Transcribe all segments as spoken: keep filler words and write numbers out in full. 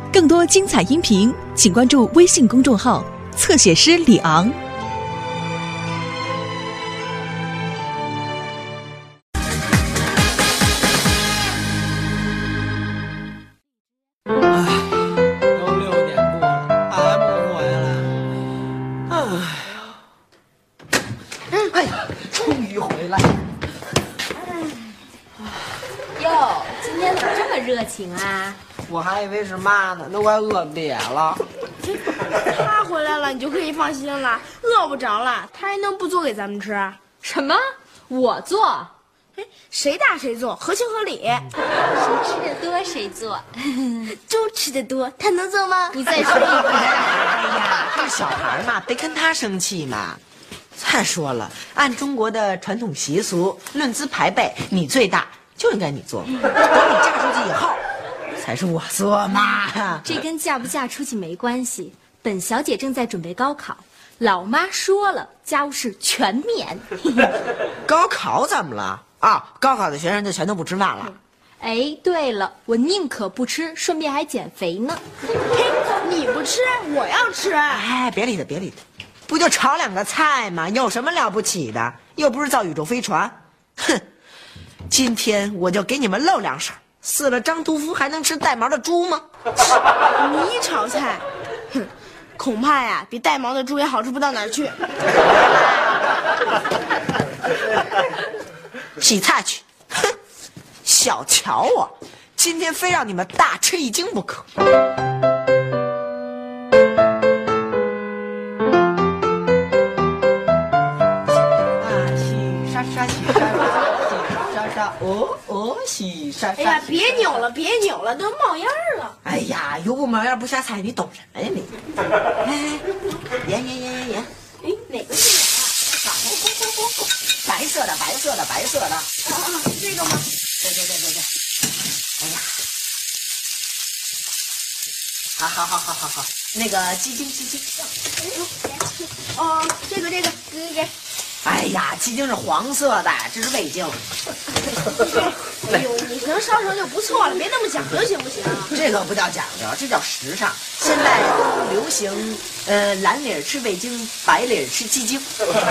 更多精彩音频，请关注微信公众号“侧写师李昂”。 哎，都六点多了，还不回来？哎呀，哎呀，终于回来。 哟，今天怎么这么热情啊？ 我还以为是妈呢，都快饿瘪了。 他回来了，你就可以放心了，饿不着了，他还能不做给咱们吃？ 什么？我做？ 哎，谁大谁做，合情合理。 谁吃的多谁做。 猪吃的多，他能做吗？ 你再说一遍。 哎呀，这小孩嘛，别跟他生气嘛。再说了，按中国的传统习俗，论资排辈，你最大就应该你做。等你嫁出去以后，才是我做嘛。 这跟嫁不嫁出去没关系。本小姐正在准备高考，老妈说了，家务事全免。 高考怎么了？啊，高考的学生就全都不吃饭了？ 哎，对了，我宁可不吃，顺便还减肥呢。 嘿，你不吃，我要吃。 哎，别理他，别理他，不就炒两个菜吗？有什么了不起的？又不是造宇宙飞船。哼，今天我就给你们露两手。死了张屠夫还能吃带毛的猪吗？ 你炒菜，哼，恐怕呀，比带毛的猪也好吃不到哪儿去。 洗菜去。哼，小瞧我，今天非让你们大吃一惊不可。啊，洗刷刷，洗刷刷，洗刷刷，哦哦，洗刷刷。 哎呀，别扭了，别扭了，都冒烟了。 哎呀，油不冒烟不下菜，你懂什么呀你？哎，盐盐盐盐盐。 哎，哪个是白色的，白色的，白色的。啊啊，这个吗？ 对对对对对。哎呀，好好好好好好，那个鸡精鸡精。 哦，这个这个，给给给。 哎呀，鸡精是黄色的，这是味精。 哎呦，你能烧成就不错了，别那么讲究行不行？ 这个不叫讲究，这叫时尚。现在都流行，呃，蓝领吃味精，白领吃鸡精。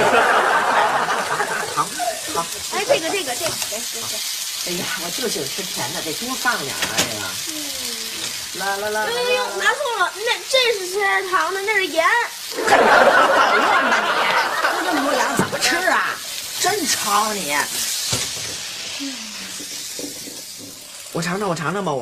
好，好。 哎，这个这个这个，给给给。 哎呀，我就喜欢吃甜的，得多放点啊，这个。嗯。来来来。 哎呦，拿错了，那这是吃糖的，那是盐。 好用吧你？这么多羊怎么吃啊？真吵你！我尝尝，我尝尝吧，我。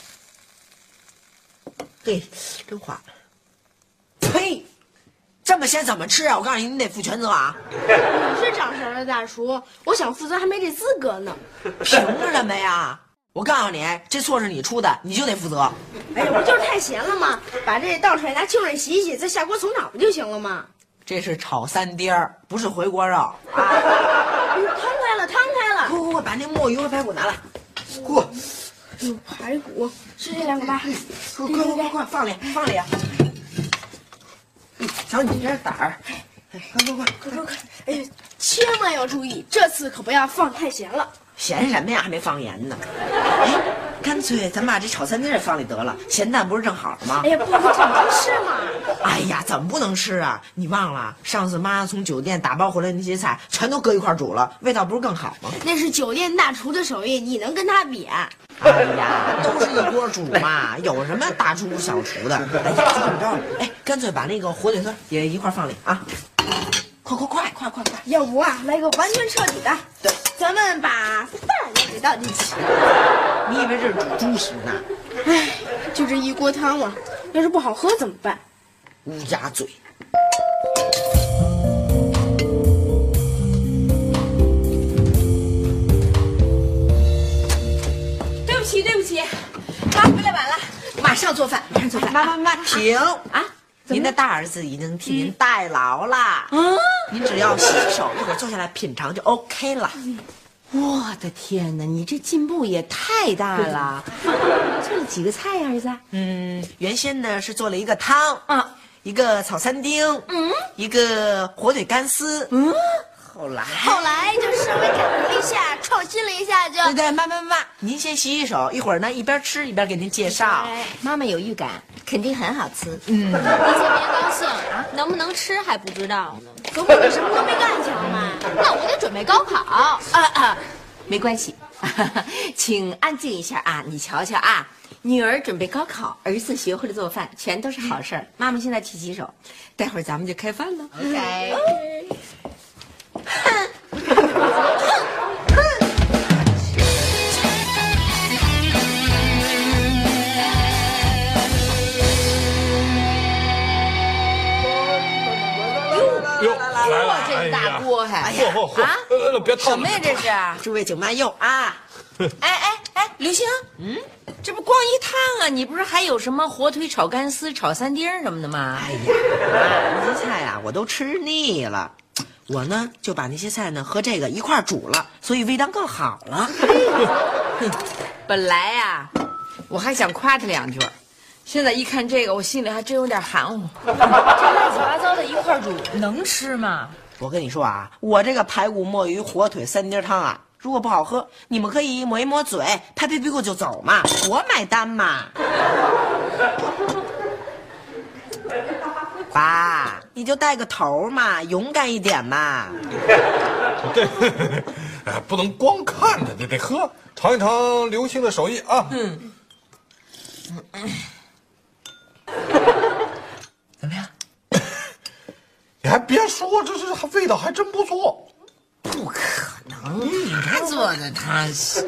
嘿，真滑。呸！这么咸怎么吃啊？我告诉你，你得负全责啊！ 你是掌勺的大厨，我想负责还没这资格呢。 凭什么呀？我告诉你，这错是你出的，你就得负责。 哎呀，不就是太咸了吗？把这倒出来，拿清水洗洗，再下锅重炒不就行了吗？ 这是炒三碟儿，不是回锅肉啊！ 哎呦，汤开了，汤开了！ 快快快，把那墨鱼和排骨拿来！过。 哎呦，排骨是这两个吧？ 快快快快快，放里放里啊！瞧你这胆儿！哎，快快快快快快！哎呀，千万要注意，这次可不要放太咸了。 咸什么呀？还没放盐呢。哎，干脆咱把这炒三碟放里得了，咸淡不是正好了吗？ 哎呀，不能这么吃嘛！ 哎呀，怎么不能吃啊？你忘了上次妈从酒店打包回来那些菜，全都搁一块煮了，味道不是更好吗？ 那是酒店大厨的手艺，你能跟他比啊？ 哎呀，都是一锅煮嘛，有什么大厨小厨的？哎呀，就这么着，哎，干脆把那个火腿丝也一块放里啊！快快快快快快！ 要不啊，来个完全彻底的。 对， 咱们把饭也给倒进去。 你以为这是煮猪食呢？ 哎，就这一锅汤啊，要是不好喝怎么办？ 乌鸦嘴。 对不起，对不起，妈回来晚了，马上做饭，马上做饭。 妈妈妈，停啊！ 您的大儿子已经替您代劳了啊！您只要洗洗手，一会儿坐下来品尝就 OK 了。 我的天哪，你这进步也太大了！做了几个菜呀，儿子？ 嗯，原先呢是做了一个汤啊， 一个炒三丁，嗯，一个火腿干丝， 嗯， 后来， 后来就稍微改良一下，创新了一下就。 对对，慢慢慢，您先洗洗手，一会儿呢一边吃一边给您介绍。 妈妈有预感，肯定很好吃。 你先别高兴啊，能不能吃还不知道呢。 总比你什么都没干强嘛。 那我得准备高考。 啊啊，没关系，请安静一下啊！你瞧瞧啊，女儿准备高考，儿子学会了做饭，全都是好事儿。妈妈现在去洗手，待会儿咱们就开饭了。OK。 哟，来了， 这是大锅还嚯嚯嚯！ 啊， 呃，别烫什么呀这是？ 诸位请慢用啊！ 哎哎哎，刘星，嗯，这不光一趟啊？你不是还有什么火腿炒干丝、炒三丁什么的吗？ 哎呀，那些菜啊，我都吃腻了。我呢就把那些菜呢和这个一块煮了，所以味道更好了。 本来呀、啊，我还想夸他两句，现在一看这个，我心里还真有点含糊。这乱七八糟的一块煮，能吃吗？ 我跟你说啊，我这个排骨墨鱼火腿三丁汤啊，如果不好喝，你们可以抹一抹嘴，拍拍屁股就走嘛，我买单嘛。爸，你就带个头嘛，勇敢一点嘛。 对，哎，不能光看着，得得喝，尝一尝刘星的手艺啊。嗯。 怎么样？ 你还别说，这这味道还真不错。 不可能，你这做的他是，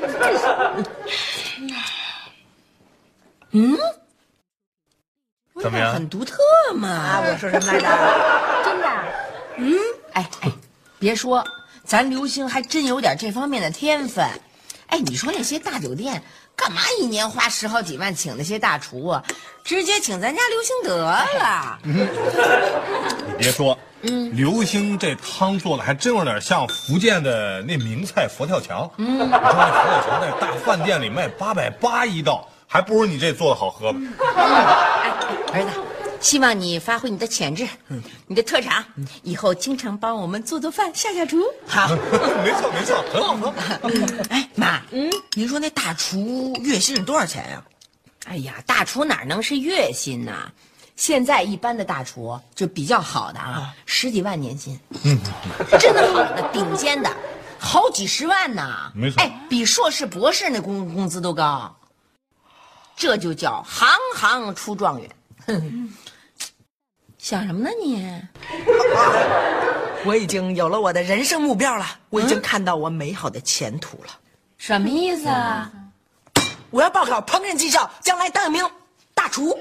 嗯， 怎么样？ 很独特嘛。 啊，我说什么来着？ 真的？嗯，哎哎，别说，咱刘星还真有点这方面的天分。哎，你说那些大酒店干嘛一年花十好几万请那些大厨啊？直接请咱家刘星得了。 你别说，嗯，刘星这汤做的还真有点像福建的那名菜佛跳墙。嗯，你说那佛跳墙在大饭店里卖八百八一道，还不如你这做的好喝呢。 哎，儿子，希望你发挥你的潜质，嗯，你的特长，以后经常帮我们做做饭、下下厨。 好， 没错没错，很好很好。 哎妈，嗯，您说那大厨月薪是多少钱呀？ 哎呀，大厨哪能是月薪呐？现在一般的大厨就比较好的啊，十几万年薪，嗯，真的好的顶尖的，好几十万呢。 没错， 哎，比硕士、博士那工工资都高。这就叫行行出状元。哼，想什么呢你？ 我已经有了我的人生目标了，我已经看到我美好的前途了。 什么意思啊？ 我要报考烹饪技校，将来当一名大厨。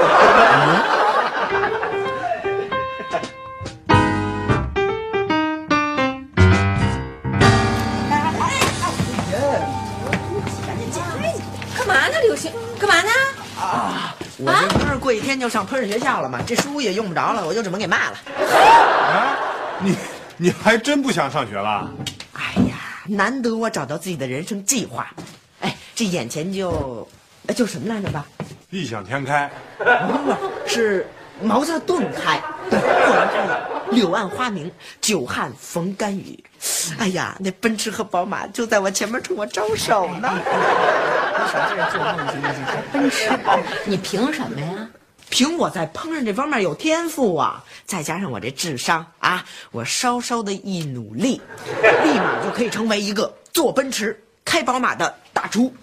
干嘛呢，刘星？干嘛呢？ 啊，我这不是过几天就上烹饪学校了吗？这书也用不着了，我就准备给卖了。 啊，你你还真不想上学了？ 哎呀，难得我找到自己的人生计划。哎，这眼前就，就什么来着吧？ 异想天开。 不是茅塞顿开。果然看了柳暗花明，久旱逢甘雨。哎呀，那奔驰和宝马就在我前面冲我招手呢。 你少在这做梦去，还奔驰？你凭什么呀？ 凭我在烹饪这方面有天赋啊，再加上我这智商啊，我稍稍的一努力，立马就可以成为一个坐奔驰、开宝马的大厨。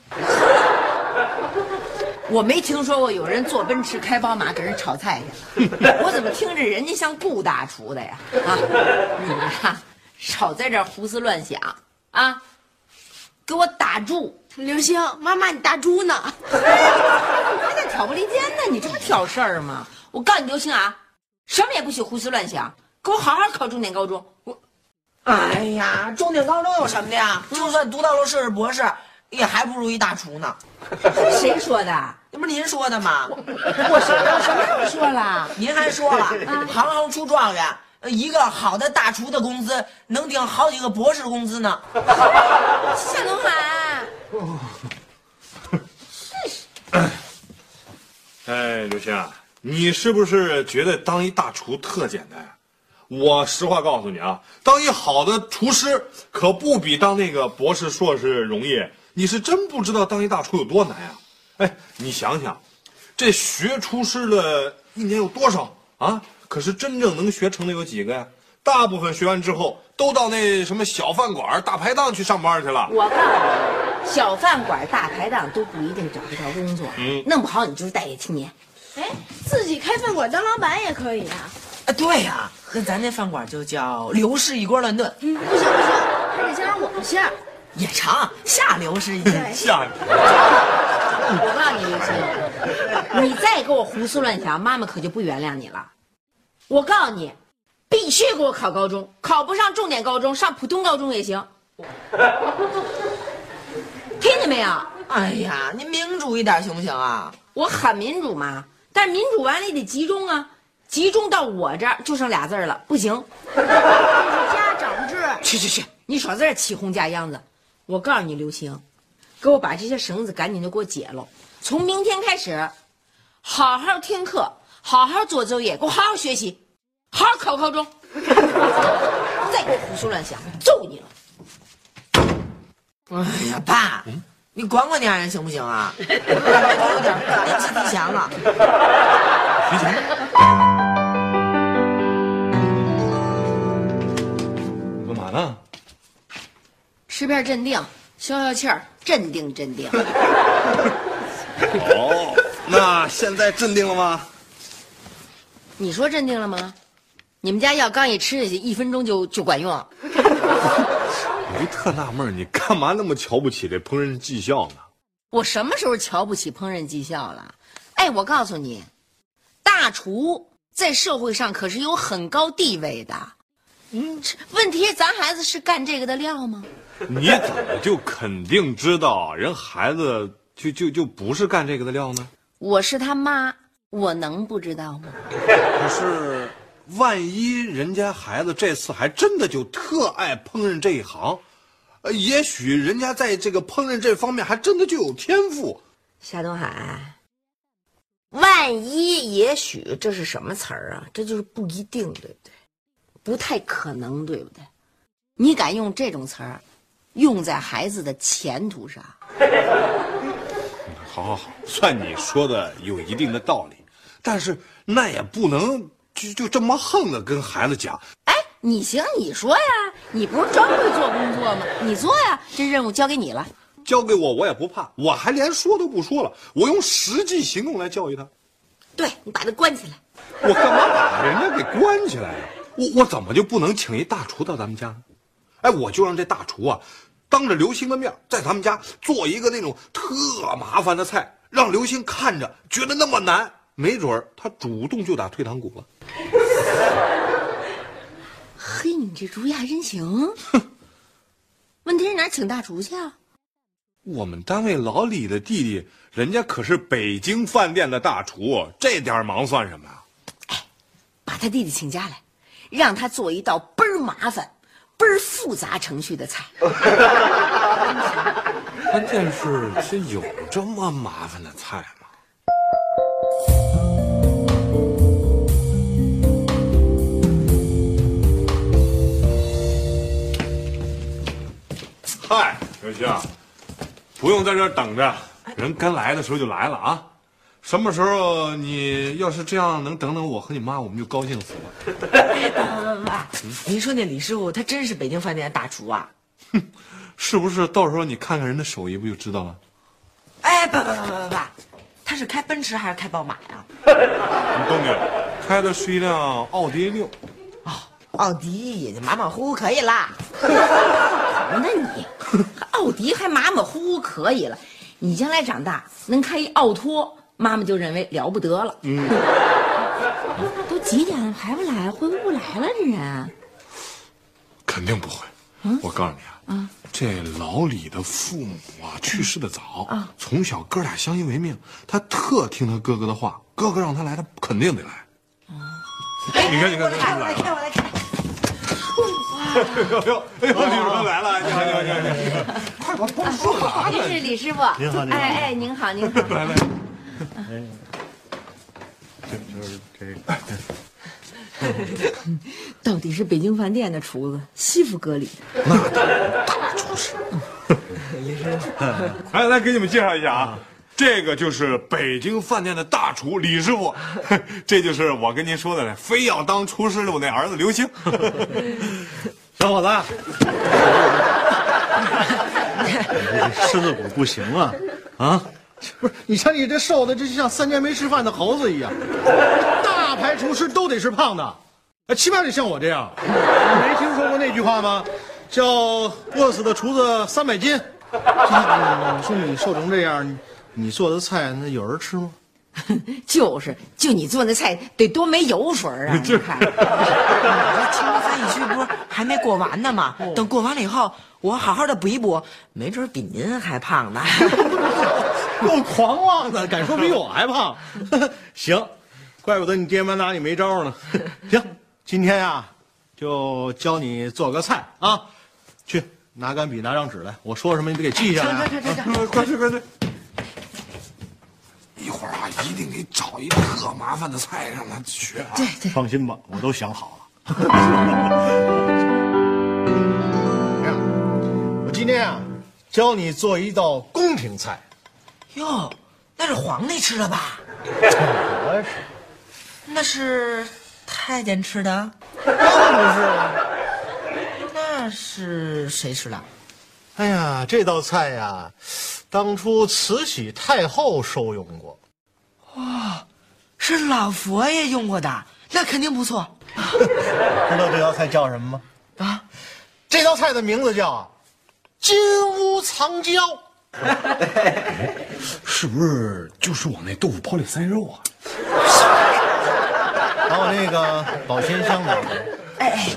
我没听说过有人坐奔驰、开宝马给人炒菜去，我怎么听着人家像顾大厨的呀？啊，你呀，少在这儿胡思乱想啊！给我打住！ 刘星，妈妈你大猪呢？ 还在挑拨离间呢？你这不挑事儿吗？我告诉你，刘星啊，什么也不许胡思乱想，给我好好考重点高中。我， 哎呀，重点高中有什么的呀？就算读到了硕士博士，也还不如一大厨呢。 谁说的？ 那不是您说的吗？ 我什么什么时候说了？ 您还说了，行行出状元。一个好的大厨的工资能顶好几个博士工资呢。 夏东海， 哎，刘星啊，你是不是觉得当一大厨特简单？ 我实话告诉你啊，当一好的厨师可不比当那个博士硕士容易。你是真不知道当一大厨有多难啊！哎，你想想，这学厨师的一年有多少啊？可是真正能学成的有几个呀？大部分学完之后都到那什么小饭馆、大排档去上班去了。 我告诉你，小饭馆、大排档都不一定找得着工作，嗯，弄不好你就是待业青年。 哎，自己开饭馆当老板也可以啊。 啊，对呀、啊，那咱那饭馆就叫刘氏一锅乱炖。 嗯，不行不行，还得加上我们馅儿。 也成，下流是一下。 我告诉你，刘星，你再给我胡思乱想，妈妈可就不原谅你了。我告诉你，必须给我考高中，考不上重点高中，上普通高中也行。听见没有？ 哎呀，您民主一点行不行啊？ 我很民主嘛，但是民主完了也得集中啊，集中到我这儿就剩俩字了，不行。 这是家长制。 去去去，你少在这起哄架秧子。我告诉你，刘星，给我把这些绳子赶紧的给我解了。从明天开始，好好听课，好好做作业，给我好好学习，好好考高中。再给我胡思乱想，揍你了！ 哎呀，爸，嗯、你管管家人行不行啊？有点年纪提前了。 提前？你干嘛呢？ 吃片镇定，消消气儿，镇定镇定。 哦，那现在镇定了吗？ 你说镇定了吗？你们家药刚一吃下去，一分钟就就管用。 我就特纳闷，你干嘛那么瞧不起这烹饪技校呢？ 我什么时候瞧不起烹饪技校了？哎，我告诉你，大厨在社会上可是有很高地位的。嗯，问题是咱孩子是干这个的料吗？ 你怎么就肯定知道人孩子就就就不是干这个的料呢？ 我是他妈，我能不知道吗？ 可是，万一人家孩子这次还真的就特爱烹饪这一行，呃，也许人家在这个烹饪这方面还真的就有天赋。 夏东海，万一也许这是什么词儿啊？这就是不一定，对不对？不太可能，对不对？你敢用这种词儿用在孩子的前途上？ 好好好，算你说的有一定的道理，但是那也不能就就这么横的跟孩子讲。 哎，你行你说呀，你不是专会做工作吗？你做呀，这任务交给你了。 交给我我也不怕，我还连说都不说了，我用实际行动来教育他。 对，你把他关起来。 我干嘛把人家给关起来呀？我我怎么就不能请一大厨到咱们家呢？哎，我就让这大厨啊，当着刘星的面，在咱们家做一个那种特麻烦的菜，让刘星看着觉得那么难，没准儿他主动就打退堂鼓了。 嘿，你这主意还真行。哼，问题是哪儿请大厨去啊？ 我们单位老李的弟弟，人家可是北京饭店的大厨，这点忙算什么呀？ 哎，把他弟弟请家来，让他做一道倍儿麻烦、倍儿复杂程序的菜。 关键是，这有这么麻烦的菜吗？嗨，刘星，不用在这儿等着，人该来的时候就来了啊！什么时候你要是这样能等等我和你妈，我们就高兴死了。 爸爸爸，您说那李师傅他真是北京饭店的大厨啊？ 哼，是不是？到时候你看看人的手艺不就知道了？ 哎，爸爸爸爸爸，他是开奔驰还是开宝马呀？ 你东家开的是一辆奥迪 A 六。 哦，奥迪也就马马虎虎可以啦。 那你奥迪还马马虎虎可以了，你将来长大能开一奥拓，妈妈就认为了不得了。嗯，都几点了还不来？回不来了这人？ 肯定不会。嗯、我告诉你啊，啊，这老李的父母啊去世的早啊，从小哥俩相依为命，他特听他哥哥的话，哥哥让他来，他肯定得来。哦，哎，你看，你看， 我来看，我来看，我来看。 哎呦呦，哎呦，李主任来了！你好，你好，你好，你好！快把头说完了。 您是李师傅。 您好，您好。 哎哎，您好，您好。 来来。 哎，这就是这个。 到底是北京饭店的厨子，西服革履的。 那当然，大厨师。哎，来给你们介绍一下啊，这个就是北京饭店的大厨李师傅，这就是我跟您说的，非要当厨师的我那儿子刘星。 小伙子，身子骨不行啊！啊，不是，你瞧你这瘦的，这就像三年没吃饭的猴子一样。大牌厨师都得是胖的，啊，起码得像我这样。没听说过那句话吗？叫饿死的厨子三百斤。你说你瘦成这样，你你做的菜那有人吃吗？ 就是，就你做那菜得多没油水啊！你看， 这清明翻译区不是还没过完呢吗？等过完了以后，我好好的补一补，没准比您还胖呢。 够狂妄的，敢说比我还胖。行，怪不得你爹妈拿你没招呢。行，今天呀，就教你做个菜啊。去拿杆笔，拿张纸来，我说什么你得给记下来。 这这这这， 快去快去！一会儿啊，一定得找一个特麻烦的菜让他学啊。 对对， 放心吧，我都想好了。我今天啊，教你做一道宫廷菜。 哟，那是皇帝吃的吧？ 我是， 那是太监吃的？ 当然不是了。 那是谁吃的？ 哎呀，这道菜呀，当初慈禧太后受用过。 哇，是老佛爷用过的，那肯定不错。 知道这道菜叫什么吗？ 啊， 这道菜的名字叫金屋藏娇。 是不是就是我那豆腐泡里塞肉啊？ 把我那个保鲜箱拿来。 哎哎。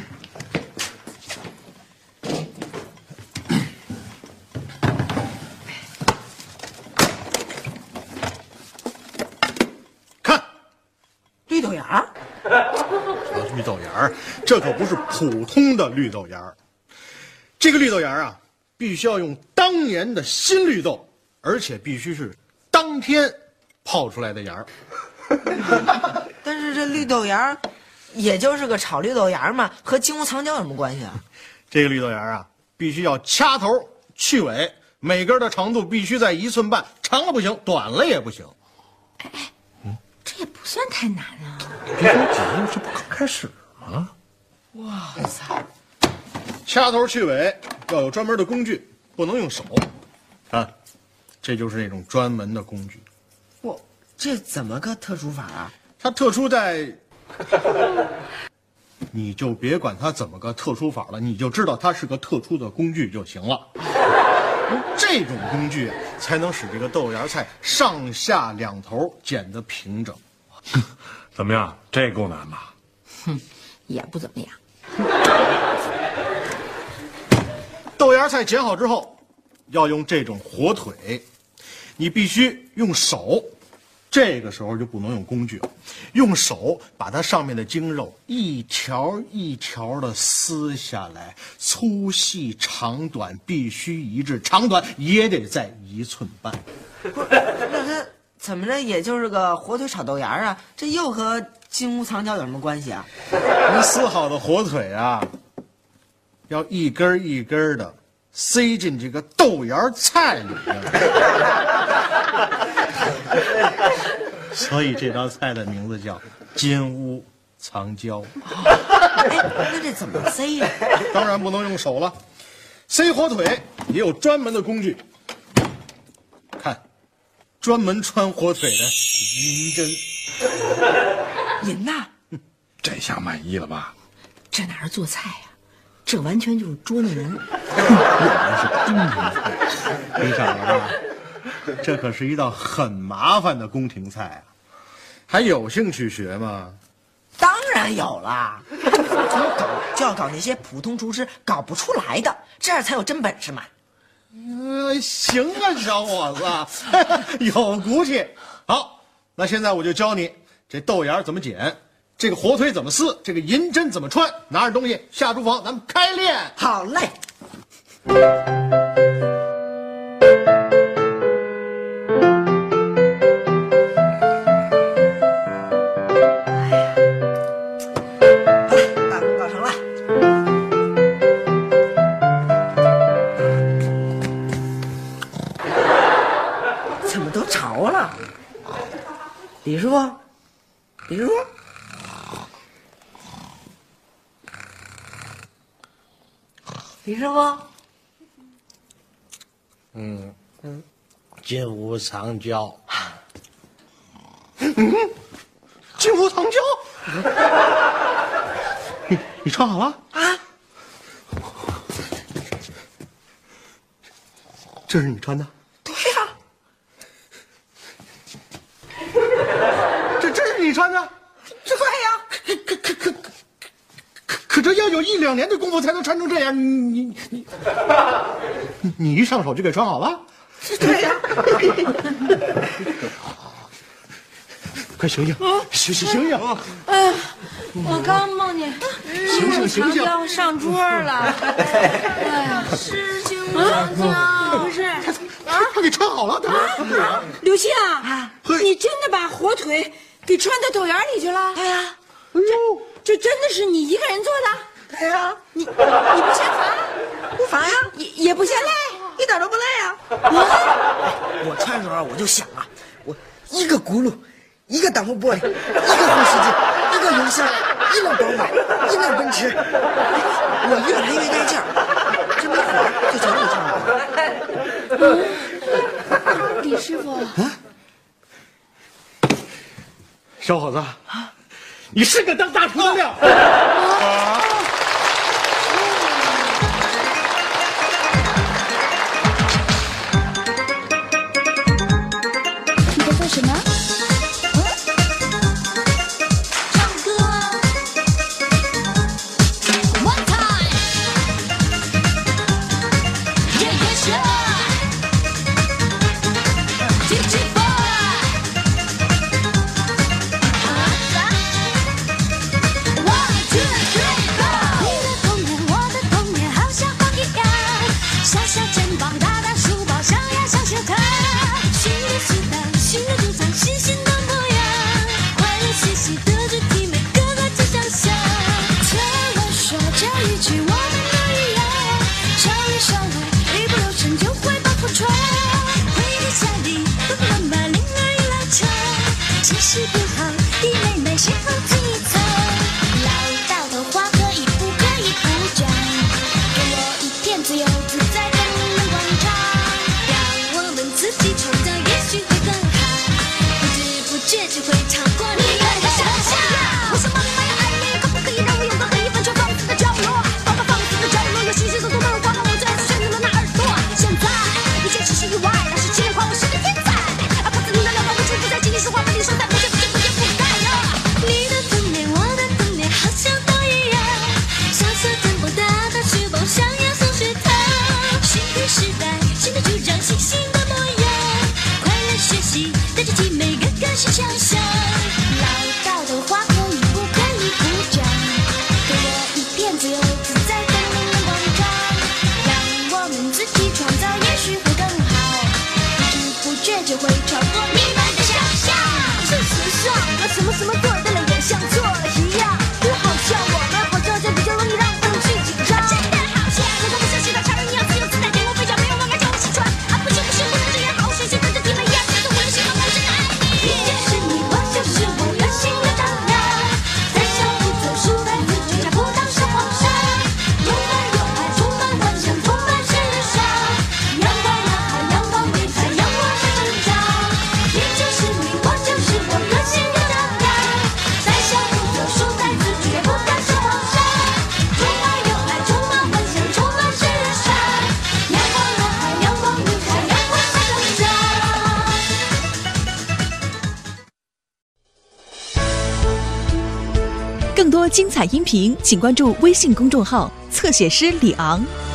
绿豆芽儿， 绿豆芽儿，这可不是普通的绿豆芽儿。这个绿豆芽儿啊，必须要用当年的新绿豆，而且必须是当天泡出来的芽儿。 但是这绿豆芽儿，也就是个炒绿豆芽儿嘛，和金屋藏娇有什么关系啊？ 这个绿豆芽儿啊，必须要掐头去尾，每根的长度必须在一寸半，长了不行，短了也不行。 哎哎。这也不算太难啊！ 别说紧，这不刚开始吗？ 哇塞！ 掐头去尾要有专门的工具，不能用手。啊，这就是那种专门的工具。 哇，这怎么个特殊法啊？ 它特殊在，你就别管它怎么个特殊法了，你就知道它是个特殊的工具就行了。用这种工具啊，才能使这个豆芽菜上下两头剪得平整。 怎么样？这够难吧？ 哼，也不怎么样。 豆芽菜剪好之后，要用这种火腿，你必须用手，这个时候就不能用工具了，用手把它上面的精肉一条一条的撕下来，粗细长短必须一致，长短也得在一寸半。 不是，那它怎么着也就是个火腿炒豆芽啊？这又和金屋藏娇有什么关系啊？ 你撕好的火腿啊，要一根一根的塞进这个豆芽菜里面。所以这道菜的名字叫金屋藏娇。 哎，那这怎么塞呀？ 当然不能用手了，塞火腿也有专门的工具。看，专门穿火腿的银针。 银呐， 这下满意了吧？ 这哪是做菜呀、啊？这完全就是捉弄人。 果然是宫廷菜，听傻了吧？这可是一道很麻烦的宫廷菜啊，还有兴趣学吗？ 当然有啦，要搞就要搞那些普通厨师搞不出来的，这样才有真本事嘛。 呃，行啊，小伙子，有骨气。好，那现在我就教你这豆芽怎么剪，这个火腿怎么撕，这个银针怎么穿。拿着东西下厨房，咱们开练。 好嘞。 李师傅，李师傅，李师傅， 嗯嗯，金屋藏娇， 嗯， 金屋藏娇，你你穿好了啊？ 这是你穿的？ 对呀、 啊，这这是你穿的？ 对呀、 可可可可可可这要有一两年的功夫才能穿成这样，你你你你你一上手就给穿好了？ 对呀、 快醒醒，醒醒醒醒！ 哎呀，我刚梦见醒醒醒醒要上桌了。哎呀，事情长讲不是他他给穿好了，他。 刘星啊，你真的把火腿给穿到豆芽里去了？ 对呀、 哎呦， 这真的是你一个人做的？ 对呀、 你你不嫌烦， 不烦呀、 也也不嫌累？ 一点都不累呀、我穿的时候我就想啊，我一个轱辘，一个挡风玻璃，一个后视镜，一个油箱，一辆宝马，一辆奔驰，我越来越带劲儿，这没火就全给呛了。 李师傅， 小伙子，你是个当大厨的料。 你在做什么？唱歌。One time. Yeah, yeah, sure. G G boy. One, two, three, go. 你的童年，我的童年，好像风一样，小小肩膀，大大书包，上呀上学堂。新的时代，新的主张，新新的模样，快乐学习的主题，每个个都想象。突然说这一句，我们都一样，少里少外，一不留神就会把破窗。回到家里，爸爸妈妈铃儿一拉长，其实不好，弟妹妹先后听一层。老道的话可以不可以不讲？给我一片自由自在的人广场，让我们自己创造，也许会更好。不知不觉就会超过你们的想象。我想妈咪妈呀爱你，可不可以让我拥抱和一分全放肆的角落？放放放肆的角落，有许许多多的人刮了我最爱炫的那耳朵。现在一切只是意外，那是七年狂，我是个天才。啊，不自你的两把无处不在，请你说话，把你说在不见不见不见不该了。你的童年，我的童年，好像都一样。小小肩膀，大大书包，上呀上学堂。新的时代，新的主张，新新的模样，快乐学习的主题，每个个是强项。老道的话可以不可以不讲？给我一片自由自在的人广场，让我们自己创造，也许会更好。不知不觉就会超过你们的想象。事实上，我什么什么做对了，也像做了一样，就好像我们好像就比较容易让人去紧张。真的好像，如果不像其他常人一样自由自在，天空飞翔，没有妈妈叫我起床。啊，不行不行，不能这样，好好学习，跟着弟妹一样，跟着我的喜欢，我真的爱你。你就是你，我就是我，热心的张扬，在小不走书呆子，却查不到小皇上。充满有爱，充满幻想，充满时尚。阳光男孩，阳光女孩，让我们成长。你就是你，我就是我，热心的张扬，在小不走书呆子，却不到小皇上。充满有爱，充满幻想，充满时尚。阳光男孩，阳光女孩，让我们成长。 更多精彩音频，请关注微信公众号“侧写师李昂”。